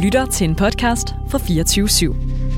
lytter til en podcast fra 24/7.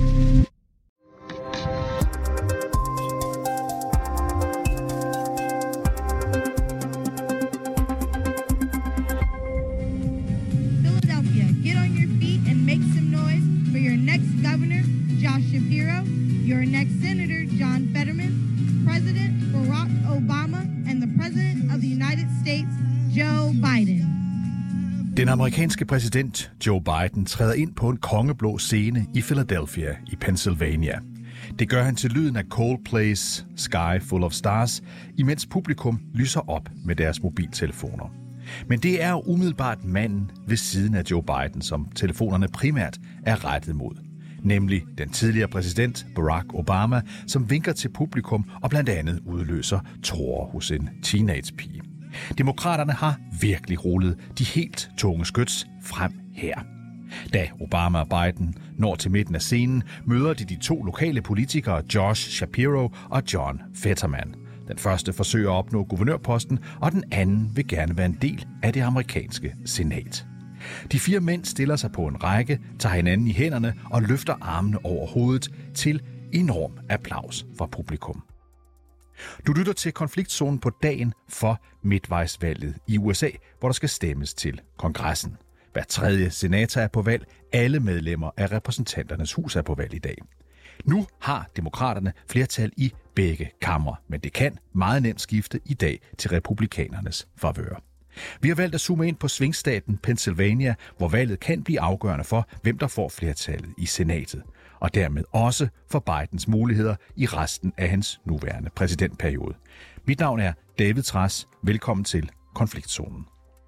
Philadelphia, get on your feet and make some noise for your next governor, Josh Shapiro, your next senator, John Fetterman, President Barack Obama, and the President of the United States, Joe Biden. Den amerikanske præsident Joe Biden træder ind på en kongeblå scene i Philadelphia i Pennsylvania. Det gør han til lyden af Coldplay's Sky Full of Stars, imens publikum lyser op med deres mobiltelefoner. Men det er umiddelbart manden ved siden af Joe Biden, som telefonerne primært er rettet mod. Nemlig den tidligere præsident Barack Obama, som vinker til publikum og blandt andet udløser tårer hos en teenagepige. Demokraterne har virkelig rullet de helt tunge skyts frem her. Da Obama og Biden når til midten af scenen, møder de to lokale politikere Josh Shapiro og John Fetterman. Den første forsøger at opnå guvernørposten, og den anden vil gerne være en del af det amerikanske senat. De 4 mænd stiller sig på en række, tager hinanden i hænderne og løfter armene over hovedet til enorm applaus fra publikum. Du lytter til konfliktzonen på dagen for midtvejsvalget i USA, hvor der skal stemmes til kongressen. Hver tredje senator er på valg. Alle medlemmer af repræsentanternes hus er på valg i dag. Nu har demokraterne flertal i begge kamre, men det kan meget nemt skifte i dag til republikanernes favør. Vi har valgt at zoome ind på svingstaten Pennsylvania, hvor valget kan blive afgørende for, hvem der får flertallet i senatet, og dermed også for Bidens muligheder i resten af hans nuværende præsidentperiode. Mit navn er David Trads. Velkommen til Konfliktzonen.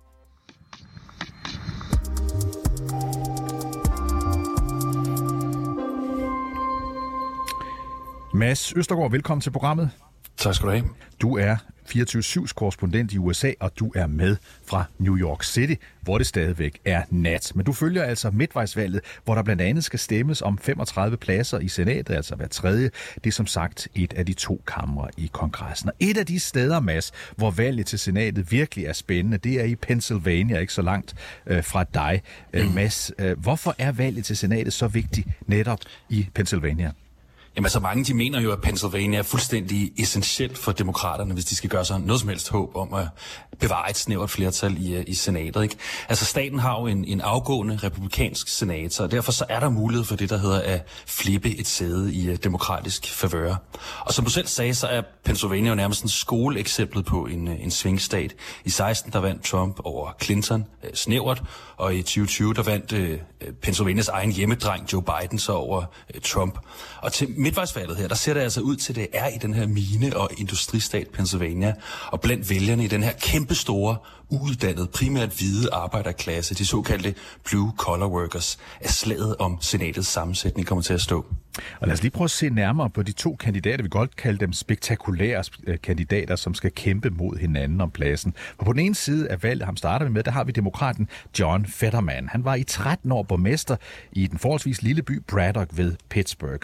Mads Østergaard, velkommen til programmet. Tak skal du have. Du er 24/7's korrespondent i USA, og du er med fra New York City, hvor det stadigvæk er nat. Men du følger altså midtvejsvalget, hvor der blandt andet skal stemmes om 35 pladser i senatet, altså hver tredje. Det er som sagt et af de 2 kamre i kongressen. Og et af de steder, Mads, hvor valget til senatet virkelig er spændende, det er i Pennsylvania, ikke så langt fra dig. Mads, hvorfor er valget til senatet så vigtigt netop i Pennsylvania? Jamen altså mange, de mener jo, at Pennsylvania er fuldstændig essentielt for demokraterne, hvis de skal gøre sig noget som helst håb om at bevare et snævert flertal i senatet, ikke? Altså staten har jo en afgående republikansk senator, og derfor så er der mulighed for det, der hedder at flippe et sæde i demokratisk favør. Og som du selv sagde, så er Pennsylvania jo nærmest en skoleeksemplet på en svingstat. I 16 der vandt Trump over Clinton snævert, og i 2020 der vandt Pennsylvanias egen hjemmedreng Joe Biden så over Trump. Og til midtvejsvalget her, der ser det altså ud til, det er i den her mine- og industristat Pennsylvania, og blandt vælgerne i den her kæmpestore, uuddannede, primært hvide arbejderklasse, de såkaldte blue collar workers, er slaget om senatets sammensætning kommer til at stå. Og lad os lige prøve at se nærmere på de 2 kandidater. Vi kan godt kalde dem spektakulære kandidater, som skal kæmpe mod hinanden om pladsen. For på den ene side af valget, ham starter vi med, der har vi demokraten John Fetterman. Han var i 13 år borgmester i den forholdsvis lille by Braddock ved Pittsburgh.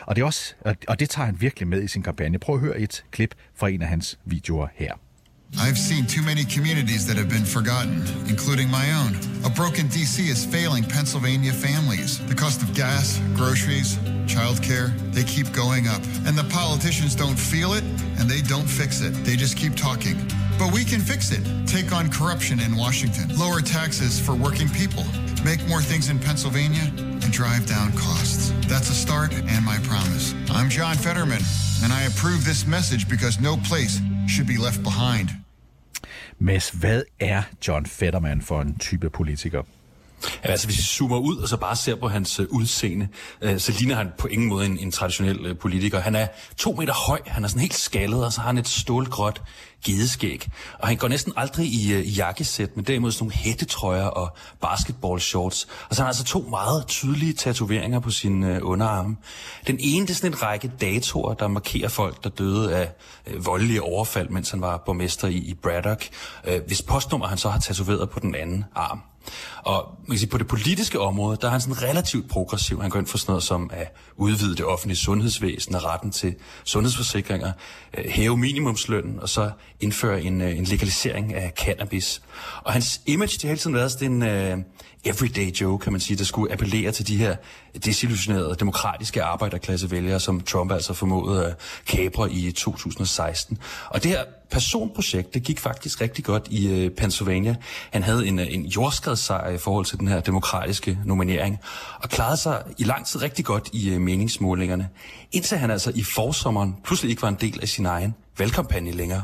Og det tager han virkelig med i sin kampagne. Prøv at høre et klip fra en af hans videoer her. I've seen too many communities that have been forgotten, including my own. A broken D.C. is failing Pennsylvania families. The cost of gas, groceries, childcare, they keep going up. And the politicians don't feel it, and they don't fix it. They just keep talking. But we can fix it. Take on corruption in Washington. Lower taxes for working people. Make more things in Pennsylvania, and drive down costs. That's a start and my promise. I'm John Fetterman, and I approve this message because no place should be left behind. Mads, hvad er John Fetterman for en type politiker? Ja, altså hvis vi zoomer ud og så bare ser på hans udseende, så ligner han på ingen måde en traditionel politiker. Han er 2 meter høj, han er sådan helt skaldet, og så har han et stålgråt gedeskæg. Og han går næsten aldrig i jakkesæt, men derimod sådan nogle hættetrøjer og basketballshorts. Og så har han altså 2 meget tydelige tatoveringer på sine underarme. Den ene, det er sådan en række datoer, der markerer folk, der døde af voldelige overfald, mens han var borgmester i Braddock. Hvis postnummer han så har tatoveret på den anden arm. Og man kan sige, på det politiske område, der er han sådan relativt progressiv. Han går ind for sådan noget som at udvide det offentlige sundhedsvæsen og retten til sundhedsforsikringer, hæve minimumslønnen og så indføre en legalisering af cannabis. Og hans image, det har hele tiden været sådan en everyday joke, kan man sige, der skulle appellere til de her desillusionerede demokratiske arbejderklassevælgere, som Trump altså formåede at kapre i 2016. Og det her personprojekt, det gik faktisk rigtig godt i Pennsylvania. Han havde en jordskredssejr i forhold til den her demokratiske nominering, og klarede sig i lang tid rigtig godt i meningsmålingerne, indtil han altså i forsommeren pludselig ikke var en del af sin egen valgkampagne længere.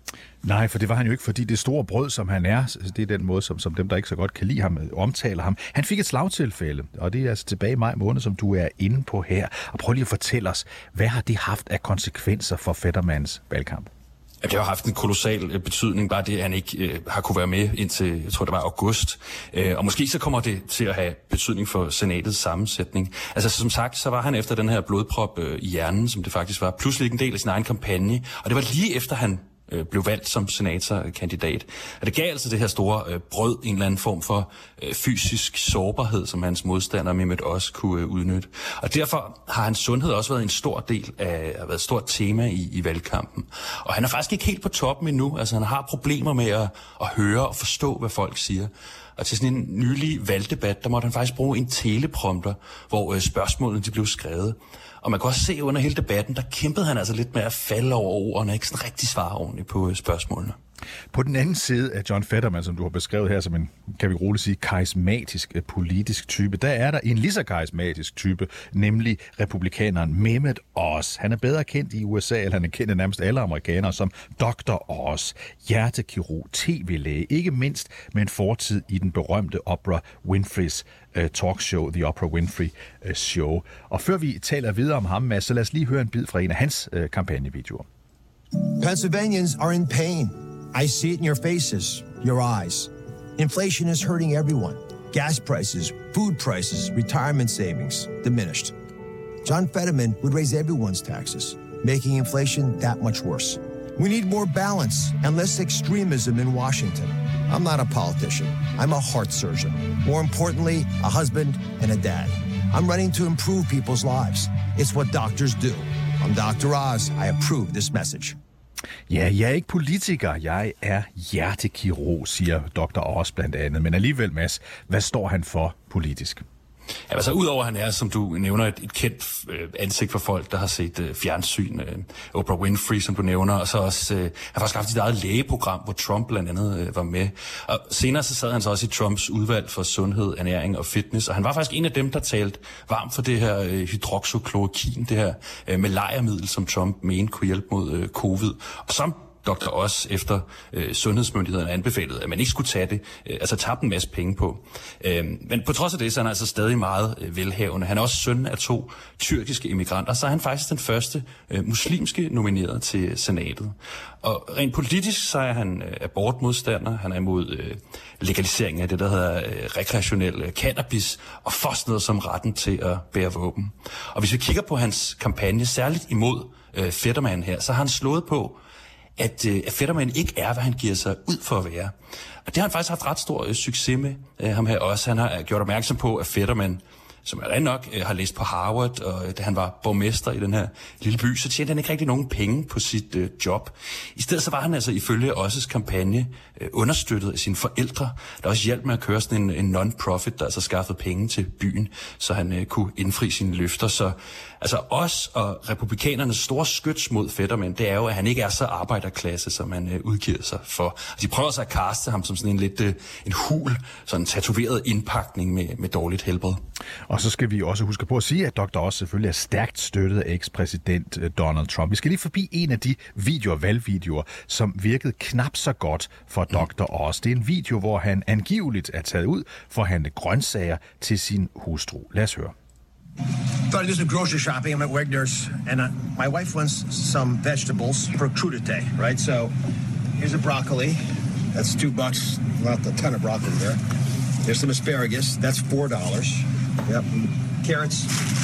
Nej, for det var han jo ikke, fordi det store brød, som han er, det er den måde, som dem, der ikke så godt kan lide ham, omtaler ham. Han fik et slagtilfælde, og det er altså tilbage i maj måned, som du er inde på her. Og prøv lige at fortælle os, hvad har det haft af konsekvenser for Fettermans valgkamp? Det har haft en kolossal betydning, bare det, at han ikke har kunne være med indtil, jeg tror det var august. Og måske så kommer det til at have betydning for senatets sammensætning. Altså som sagt, så var han efter den her blodprop i hjernen, som det faktisk var, pludselig ikke en del af sin egen kampagne. Og det var lige efter han blev valgt som senatorkandidat. Og det gav altså det her store brød, en eller anden form for fysisk sårbarhed, som hans modstander Mehmet Oz kunne udnytte. Og derfor har hans sundhed også været en stor del af, været et stort tema i valgkampen. Og han er faktisk ikke helt på toppen endnu. Altså han har problemer med at høre og forstå, hvad folk siger. Og til sådan en nylig valgdebat, der måtte han faktisk bruge en teleprompter, hvor spørgsmålene de blev skrevet. Og man kan også se under hele debatten, der kæmpede han altså lidt med at falde over ordene, og ikke sådan rigtig svare ordentligt på spørgsmålene. På den anden side af John Fetterman, som du har beskrevet her som en, kan vi roligt sige, karismatisk politisk type, der er der en lige så karismatisk type, nemlig republikaneren Mehmet Oz. Han er bedre kendt i USA, eller han er kendt af nærmest alle amerikanere, som Dr. Oz, hjertekirurg, tv-læge, ikke mindst med en fortid i den berømte Oprah Winfrey's talkshow, The Oprah Winfrey Show. Og før vi taler videre om ham, Mads, så lad os lige høre en bid fra en af hans kampagnevideoer. Pennsylvanians are in pain. I see it in your faces, your eyes. Inflation is hurting everyone. Gas prices, food prices, retirement savings diminished. John Fetterman would raise everyone's taxes, making inflation that much worse. We need more balance and less extremism in Washington. I'm not a politician. I'm a heart surgeon. More importantly, a husband and a dad. I'm running to improve people's lives. It's what doctors do. I'm Dr. Oz. I approve this message. Ja, jeg er ikke politiker, jeg er hjertekirurg, siger Dr. Oz blandt andet. Men alligevel, Mads, hvad står han for politisk? Ja, altså udover at han er, som du nævner, et kendt ansigt for folk, der har set fjernsyn, Oprah Winfrey, som du nævner, og så også, han har faktisk haft sit eget lægeprogram, hvor Trump blandt andet var med. Og senere så sad han så også i Trumps udvalg for sundhed, ernæring og fitness, og han var faktisk en af dem, der talte varmt for det her hydroxychloroquin, det her malariamiddel, som Trump mente kunne hjælpe mod covid, og som Dr. Oz efter sundhedsmyndighederne anbefalede, at man ikke skulle tage det, altså tabte en masse penge på. Men på trods af det, så er han altså stadig meget velhavende. Han er også søn af 2 tyrkiske immigranter, så er han faktisk den første muslimske nomineret til senatet. Og rent politisk, så er han abortmodstander, han er imod legalisering af det, der hedder rekreationel cannabis, og for sådan noget som retten til at bære våben. Og hvis vi kigger på hans kampagne, særligt imod Fetterman her, så har han slået på, at Fetterman ikke er, hvad han giver sig ud for at være. Og det har han faktisk haft ret stor succes med, ham her også. Han har gjort opmærksom på, at Fetterman, som er rent nok har læst på Harvard, og da han var borgmester i den her lille by, så tjente han ikke rigtig nogen penge på sit job. I stedet så var han altså ifølge Oz' kampagne understøttet af sine forældre, der også hjalp med at køre sådan en non-profit, der altså skaffede penge til byen, så han kunne indfri sine løfter. Så altså Oz og republikanernes store skyts mod Fetterman, det er jo, at han ikke er så arbejderklasse, som han udgiver sig for. De prøver så at kaste ham som sådan en lidt en hul, sådan en tatoveret indpakning med dårligt helbred. Og så skal vi også huske på at sige, at Dr. Oz selvfølgelig er stærkt støttet af ekspræsident Donald Trump. Vi skal lige forbi en af de valgvideoer, som virkede knap så godt for Dr. Oz. Det er en video, hvor han angiveligt er taget ud for at handle grøntsager til sin hustru. Lad os høre. Thought I'd do some grocery shopping. I'm at Wegner's, and my wife wants some vegetables for crudité, right? So here's a broccoli. That's $2. Not a ton of broccoli there. There's some asparagus. That's $4. Yep. Carrots.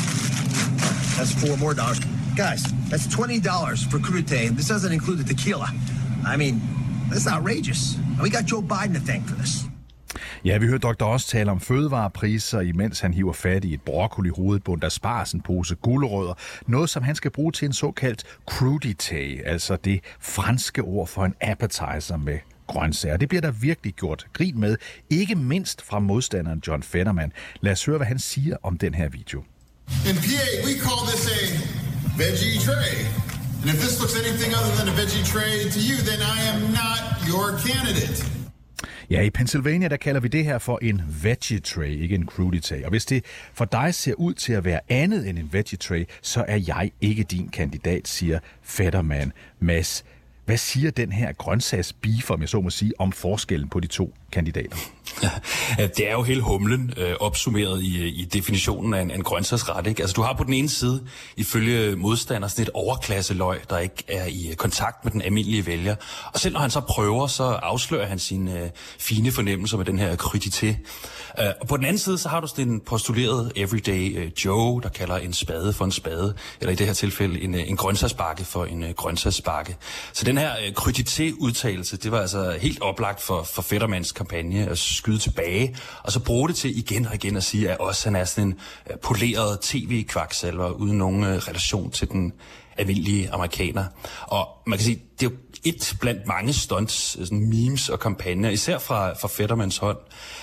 That's $4 more. Guys, that's $20 for crudité, and this doesn't include the tequila. I mean, that's outrageous. And we got Joe Biden to thank for this. Ja, vi hører Dr. Oz tale om fødevarepriser, imens han hiver fat i et broccoli hovedbund, der sparer en pose gulerødder. Noget, som han skal bruge til en såkaldt crudité, altså det franske ord for en appetizer med grøntsager. Det bliver der virkelig gjort grin med, ikke mindst fra modstanderen John Fetterman. Lad os høre, hvad han siger om den her video. In PA, we call this a veggie tray. And if this looks anything other than a veggie tray to you, then I am not your candidate. Ja, i Pennsylvania, der kalder vi det her for en veggie tray, ikke en crudité. Og hvis det for dig ser ud til at være andet end en veggie tray, så er jeg ikke din kandidat, siger Fetterman. Mads, hvad siger den her grøntsagsbeef, om jeg så må sige, om forskellen på de to kandidater? Ja, det er jo hele humlen opsummeret i definitionen af en grøntsagsret, ikke? Altså, du har på den ene side, ifølge modstander, sådan et overklasseløg, der ikke er i kontakt med den almindelige vælger. Og selv når han så prøver, så afslører han sine fine fornemmelser med den her crudité. Og på den anden side, så har du sådan en postuleret everyday Joe, der kalder en spade for en spade, eller i det her tilfælde en grøntsagsbakke for en grøntsagsbakke. Så den her crudité-udtalelse, det var altså helt oplagt for Fettermans kampagne at skyde tilbage, og så bruge det til igen og igen at sige, at også han er sådan en poleret tv-kvaksalver uden nogen relation til den almindelige amerikaner. Og man kan sige, det er jo et blandt mange stunts, sådan memes og kampagner, især fra Fettermans hånd.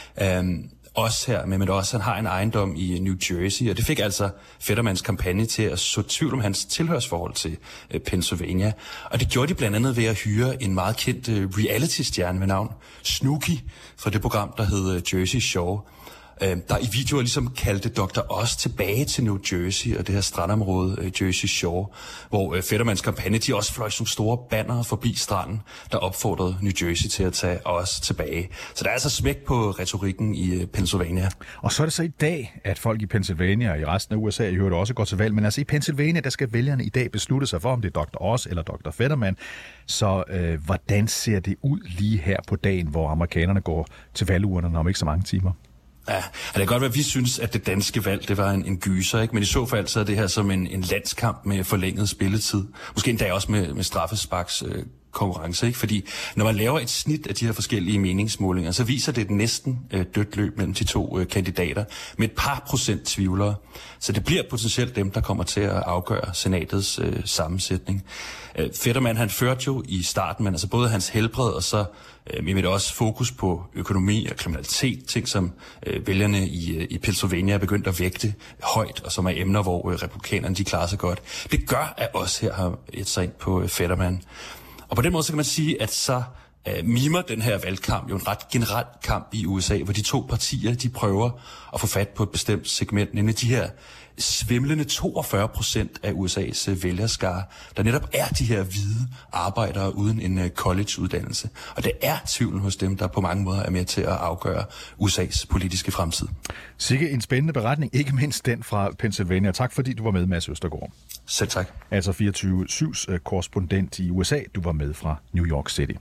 Også her, men også han har en ejendom i New Jersey, og det fik altså Fettermans kampagne til at så tvivl om hans tilhørsforhold til Pennsylvania. Og det gjorde de blandt andet ved at hyre en meget kendt reality-stjerne ved navn Snooki fra det program, der hed Jersey Shore, der i videoer ligesom kaldte Dr. Oz tilbage til New Jersey og det her strandområde Jersey Shore, hvor Fettermans kampagne, de også fløj som store bannere forbi stranden, der opfordrede New Jersey til at tage Oz tilbage. Så der er altså smæk på retorikken i Pennsylvania. Og så er det så i dag, at folk i Pennsylvania og i resten af USA, i øvrigt også går til valg, men altså i Pennsylvania, der skal vælgerne i dag beslutte sig for, om det er Dr. Oz eller Dr. Fetterman. Så hvordan ser det ud lige her på dagen, hvor amerikanerne går til valgurnerne om ikke så mange timer? Ja, det kan godt være, at vi synes, at det danske valg, det var en gyser, ikke? Men i så fald så er det her som en landskamp med forlænget spilletid. Måske endda også med straffesparks konkurrence, ikke? Fordi når man laver et snit af de her forskellige meningsmålinger, så viser det et næsten dødt løb mellem de to kandidater med et par procent tvivlere. Så det bliver potentielt dem, der kommer til at afgøre senatets sammensætning. Fetterman, han førte jo i starten, men altså både hans helbred og så med også fokus på økonomi og kriminalitet, ting som vælgerne i Pennsylvania er begyndt at vægte højt, og som er emner, hvor republikanerne de klarer sig godt. Det gør, at os her har et sig ind på Fetterman. Og på den måde så kan man sige, at så mimer den her valgkamp jo en ret generel kamp i USA, hvor de to partier, de prøver at få fat på et bestemt segment, nemlig de her svimlende 42% af USA's vælgerskare, der netop er de her hvide arbejdere uden en college-uddannelse. Og det er tvivlen hos dem, der på mange måder er med til at afgøre USA's politiske fremtid. Sikke en spændende beretning, ikke mindst den fra Pennsylvania. Tak fordi du var med, Mads Østergaard. Selv tak. Altså 24/7's korrespondent i USA. Du var med fra New York City.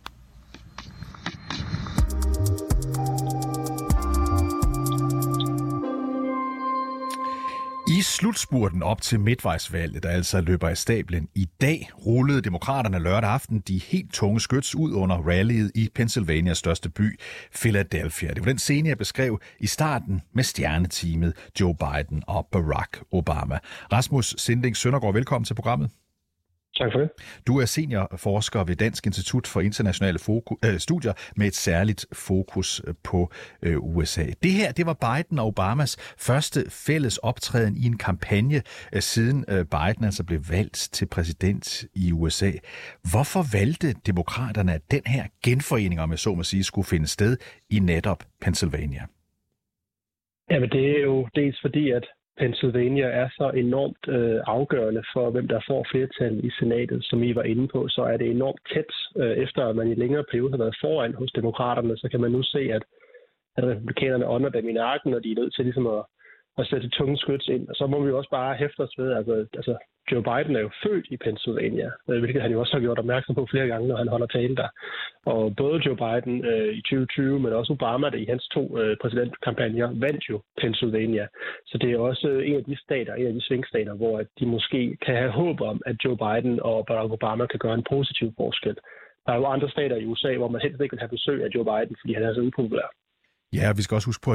I slutspurten op til midtvejsvalget, der altså løber af stablen i dag, rullede demokraterne lørdag aften de helt tunge skyts ud under rallyet i Pennsylvanias største by, Philadelphia. Det var den scene, jeg beskrev i starten med stjerneteamet Joe Biden og Barack Obama. Rasmus Sinding Søndergaard, velkommen til programmet. Tak for det. Du er seniorforsker ved Dansk Institut for Internationale Studier med et særligt fokus på USA. Det her, det var Biden og Obamas første fælles optræden i en kampagne, siden Biden altså blev valgt til præsident i USA. Hvorfor valgte demokraterne, at den her genforening, om jeg så må sige, skulle finde sted i netop Pennsylvania? Jamen, det er jo dels fordi, at Pennsylvania er så enormt afgørende for, hvem der får flertal i senatet, som I var inde på, så er det enormt tæt. Efter at man i længere periode har været foran hos demokraterne, så kan man nu se, at republikanerne ånder dem i nakken, og de er nødt til ligesom at sætte tunge skyts ind. Og så må vi jo også bare hæfte os ved, altså Joe Biden er jo født i Pennsylvania, hvilket han jo også har gjort opmærksom på flere gange, når han holder tale der. Og både Joe Biden i 2020, men også Obama, der i hans to præsidentkampagner, vandt jo Pennsylvania. Så det er også en af de stater, en af de svingstater, hvor de måske kan have håb om, at Joe Biden og Barack Obama kan gøre en positiv forskel. Der er jo andre stater i USA, hvor man helst ikke vil have besøg af Joe Biden, fordi han er så upopulær. Ja, vi skal også huske på,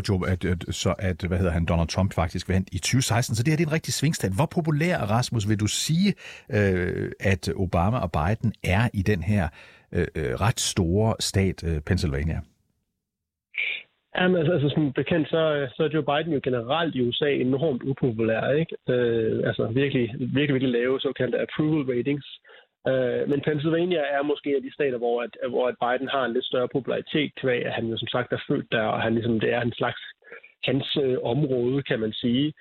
at Donald Trump faktisk vandt i 2016, så det her det er en rigtig svingstat. Hvor populær, Rasmus, vil du sige, at Obama og Biden er i den her ret store stat, Pennsylvania? Jamen, altså som bekendt, så er Joe Biden jo generelt i USA enormt upopulær, ikke? Virkelig lave såkaldte approval ratings. Men Pennsylvania er måske af de stater, hvor at Biden har en lidt større popularitet, kvæg at han jo som sagt er født der, og han ligesom, det er en slags hans område, kan man sige.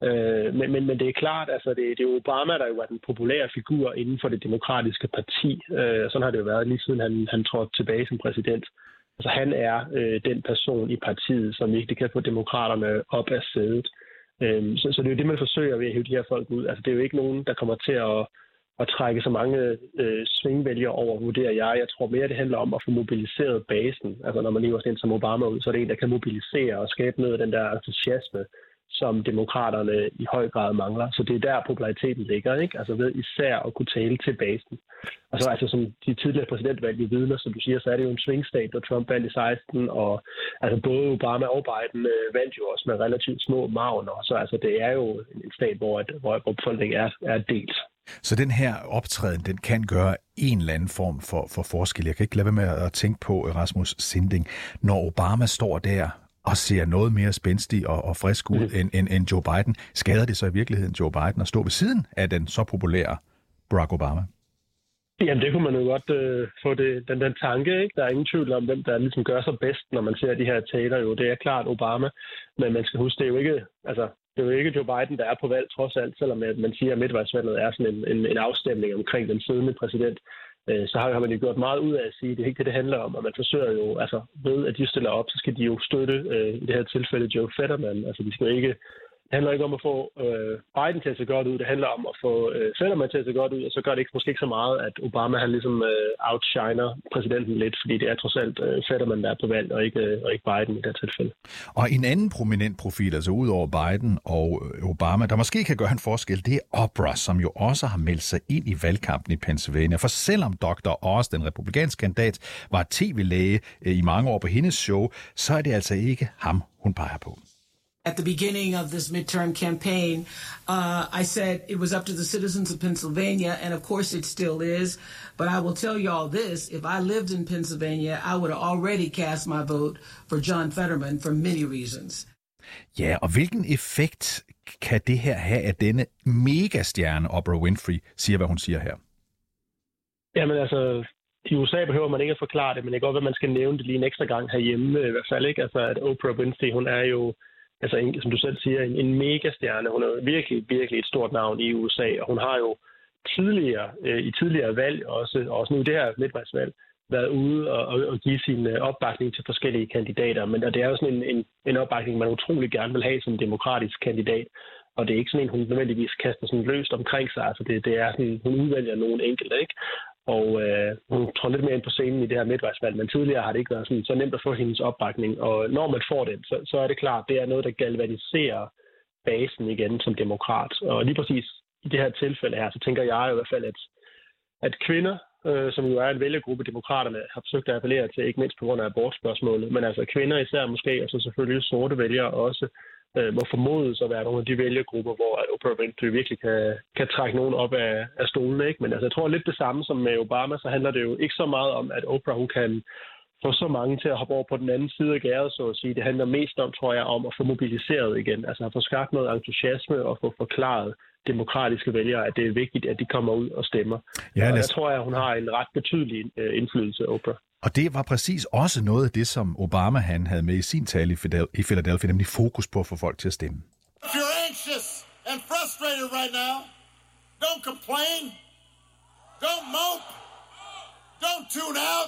Men det er klart, altså det er Obama, der jo er den populære figur inden for det demokratiske parti. Sådan har det jo været lige siden han trådte tilbage som præsident. Altså han er den person i partiet, som virkelig kan få demokraterne op af sædet. Så det er jo det, man forsøger ved at hive de her folk ud. Altså det er jo ikke nogen, der kommer til at trække så mange svingvælgere over, vurderer jeg. Jeg tror mere, det handler om at få mobiliseret basen. Altså når man hiver sådan en som Obama ud, så er det en, der kan mobilisere og skabe noget af den der entusiasme, som demokraterne i høj grad mangler. Så det er der populariteten ligger, ikke? Altså ved især at kunne tale til basen. Og så altså som de tidligere præsidentvalg vidner, som du siger, så er det jo en svingstat, der Trump vandt i 16, og altså både Obama og Biden vandt jo også med relativt små marginer. Så altså det er jo en stat, hvor befolkningen er delt. Så den her optræden, den kan gøre en eller anden form for forskel. Jeg kan ikke lade være med at tænke på, Rasmus Sinding, når Obama står der og ser noget mere spændstig og frisk ud end Joe Biden. Skader det så i virkeligheden Joe Biden at stå ved siden af den så populære Barack Obama? Jamen det kunne man jo godt få den tanke, ikke? Der er ingen tvivl om, hvem der ligesom gør sig bedst, når man ser de her taler. Jo, det er klart Obama, men man skal huske, det er jo ikke Joe Biden, der er på valg trods alt, selvom man siger, at midtvejsvalget er sådan en afstemning omkring den siddende præsident. Så har man jo gjort meget ud af at sige, at det er ikke det, det handler om, og man forsøger jo, altså ved at de stiller op, så skal de jo støtte i det her tilfælde Joe Fetterman. Altså de skal jo ikke, det handler ikke om at få Biden til at se godt ud, det handler om at få Fetterman til at se godt ud, og så gør det måske ikke så meget, at Obama han ligesom outshiner præsidenten lidt, fordi det er trods alt Fetterman, der er på valg, og ikke Biden i det tilfælde. Og en anden prominent profil, altså ud over Biden og Obama, der måske kan gøre en forskel, det er Oprah, som jo også har meldt sig ind i valgkampen i Pennsylvania. For selvom Dr. Oz, den republikanske kandidat, var tv-læge i mange år på hendes show, så er det altså ikke ham, hun peger på. At the beginning of this midterm campaign, I said it was up to the citizens of Pennsylvania, and of course it still is. But I will tell you all this, if I lived in Pennsylvania, I would have already cast my vote for John Fetterman for many reasons. Ja, og hvilken effekt kan det her have af denne megastjerne Oprah Winfrey, siger hvad hun siger her? Jamen altså, i USA behøver man ikke at forklare det, men det kan godt være, at man skal nævne det lige en ekstra gang herhjemme i hvert fald, ikke? Altså at Oprah Winfrey, hun er jo altså, som du selv siger, en megastjerne. Hun er virkelig, virkelig et stort navn i USA, og hun har jo i tidligere valg, også nu i det her midtvejsvalg, været ude og give sin opbakning til forskellige kandidater. Men det er jo sådan en opbakning, man utrolig gerne vil have som demokratisk kandidat. Og det er ikke sådan en, hun nødvendigvis kaster sådan løst omkring sig. Altså det er sådan, hun udvælger nogen enkelte, ikke? Og hun tror lidt mere ind på scenen i det her midtvejsvalg, men tidligere har det ikke været sådan, så nemt at få hendes opbakning. Og når man får den, så er det klart, det er noget, der galvaniserer basen igen som demokrat. Og lige præcis i det her tilfælde her, så tænker jeg i hvert fald, at kvinder, som jo er en vælgergruppe, demokraterne har forsøgt at appellere til, ikke mindst på grund af abortspørgsmålet, men altså kvinder især måske, og så selvfølgelig sorte vælgere også, må formodes at være nogle af de vælgergrupper, hvor Oprah Winfrey virkelig kan trække nogen op af stolene. Ikke? Men altså, jeg tror lidt det samme som med Obama, så handler det jo ikke så meget om, at Oprah hun kan få så mange til at hoppe over på den anden side af gærdet, så at sige. Det handler mest om, tror jeg, om at få mobiliseret igen. Altså at få skabt noget entusiasme og få forklaret demokratiske vælgere, at det er vigtigt, at de kommer ud og stemmer. Ja, og der tror jeg, at hun har en ret betydelig indflydelse, Oprah. Og det var præcis også noget af det, som Obama han havde med i sin tale i Philadelphia, nemlig fokus på at få folk til at stemme. If you're anxious and frustrated right now, don't complain, don't mope, don't tune out.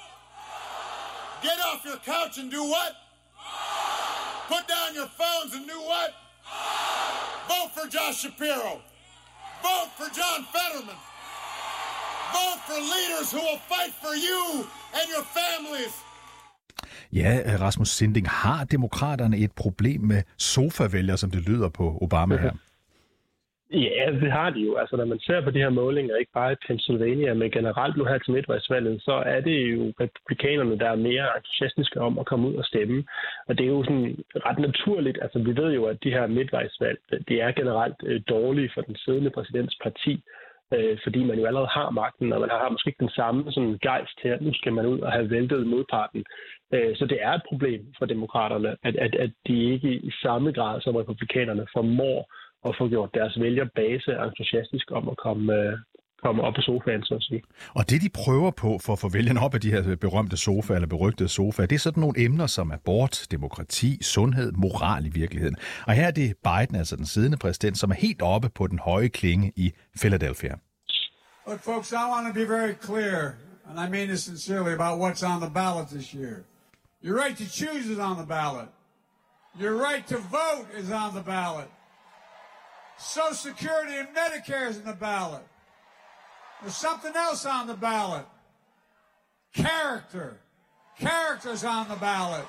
Get off your couch and do what? Put down your phones and do what? Vote for Josh Shapiro. Vote for John Fetterman. Vote for leaders who will fight for you and your families. Ja, Rasmus Sinding, har demokraterne et problem med sofavælgere, som det lyder på Obama her? Ja, det har de jo. Altså, når man ser på de her målinger, ikke bare i Pennsylvania, men generelt nu her til midtvejsvalget, så er det jo republikanerne, der er mere entusiastiske om at komme ud og stemme. Og det er jo sådan ret naturligt. Altså, vi ved jo, at de her midtvejsvalg, det er generelt dårlige for den siddende præsidents parti, fordi man jo allerede har magten, og man har måske ikke den samme sådan gejst til, at nu skal man ud og have væltet modparten. Så det er et problem for demokraterne, at de ikke i samme grad som republikanerne formår at få gjort deres vælgerbase entusiastisk om at komme op på sofaen, så at sige. Og det, de prøver på for at få vælgerne op af de her berømte sofaer eller berygtede sofaer, det er sådan nogle emner som abort, demokrati, sundhed, moral i virkeligheden. Og her er det Biden, altså den siddende præsident, som er helt oppe på den høje klinge i Philadelphia. Look, folks, I want to be very clear, and I mean this sincerely, about what's on the ballot this year. Your right to choose is on the ballot. Your right to vote is on the ballot. Social Security and Medicare is in the ballot. There's something else on the ballot. Character. Character's on the ballot.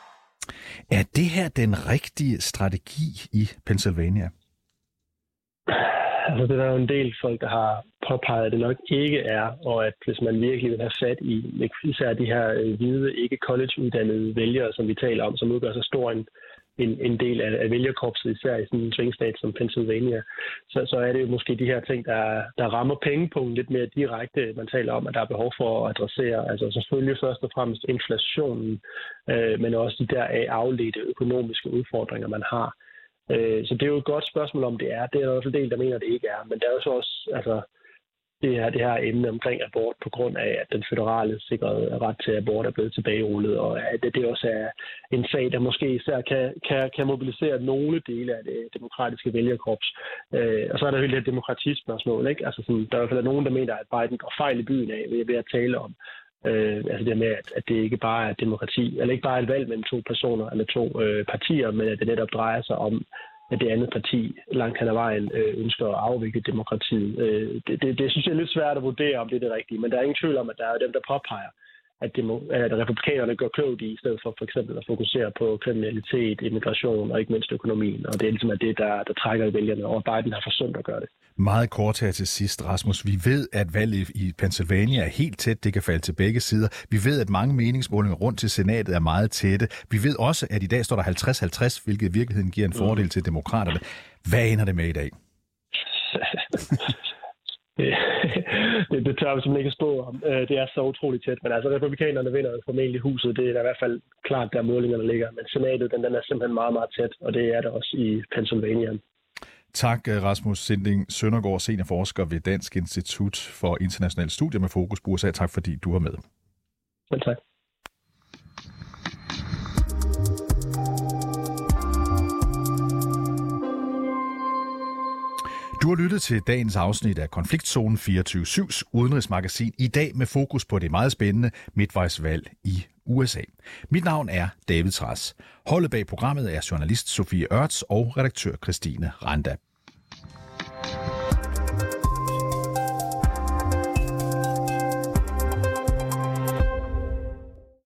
Er det her den rigtige strategi i Pennsylvania? Altså, det er der jo en del folk, der har påpeget, at det nok ikke er, og at hvis man virkelig vil have fat i især de her hvide, ikke college-uddannede vælgere, som vi taler om, som udgør så stor en del af vælgerkorpset, især i sådan en svingstat som Pennsylvania, så er det jo måske de her ting, der rammer pengepunkten lidt mere direkte. Man taler om, at der er behov for at adressere, altså selvfølgelig først og fremmest inflationen, men også de der afledte økonomiske udfordringer, man har. Så det er jo et godt spørgsmål, om det er. Det er der også en del, der mener, det ikke er. Men der er jo så også det her emne omkring abort på grund af, at den føderale sikrede ret til abort er blevet tilbagerullet, og at det også er en sag, der måske især kan mobilisere nogle dele af det demokratiske vælgerkorps. Og så er der jo et demokratispørgsmål, ikke? Altså sådan, der er i hvert fald nogen, der mener, at Biden går fejl i byen af ved at tale om. Altså det med, at det ikke bare er demokrati, eller ikke bare et valg mellem to personer eller to partier, men at det netop drejer sig om, at det andet parti langt hen ad vejen ønsker at afvikle demokratiet. Det synes jeg er lidt svært at vurdere, om det er det rigtige, men der er ingen tvivl om, at der er dem, der påpeger, at republikanerne gør klogt i stedet for eksempel at fokusere på kriminalitet, immigration og ikke mindst økonomien. Og det er ligesom det, der trækker i vælgerne, og Biden har forsømt at gøre det. Meget kort her til sidst, Rasmus. Vi ved, at valget i Pennsylvania er helt tæt. Det kan falde til begge sider. Vi ved, at mange meningsmålinger rundt til senatet er meget tætte. Vi ved også, at i dag står der 50-50, hvilket i virkeligheden giver en fordel til demokraterne. Hvad ender det med i dag? Det tør vi simpelthen ikke spå om. Det er så utroligt tæt. Men altså, republikanerne vinder jo formentlig huset. Det er i hvert fald klart, der målingerne ligger. Men senatet, den er simpelthen meget, meget tæt. Og det er det også i Pennsylvania. Tak, Rasmus Sinding Søndergaard, seniorforsker ved Dansk Institut for Internationale Studier med fokus på USA. Tak, fordi du var med. Selv tak. Du har lyttet til dagens afsnit af Konfliktzonen 24/7's udenrigsmagasin, i dag med fokus på det meget spændende midtvejsvalg i USA. Mit navn er David Trads. Holdet bag programmet er journalist Sofie Ørts og redaktør Christine Randa.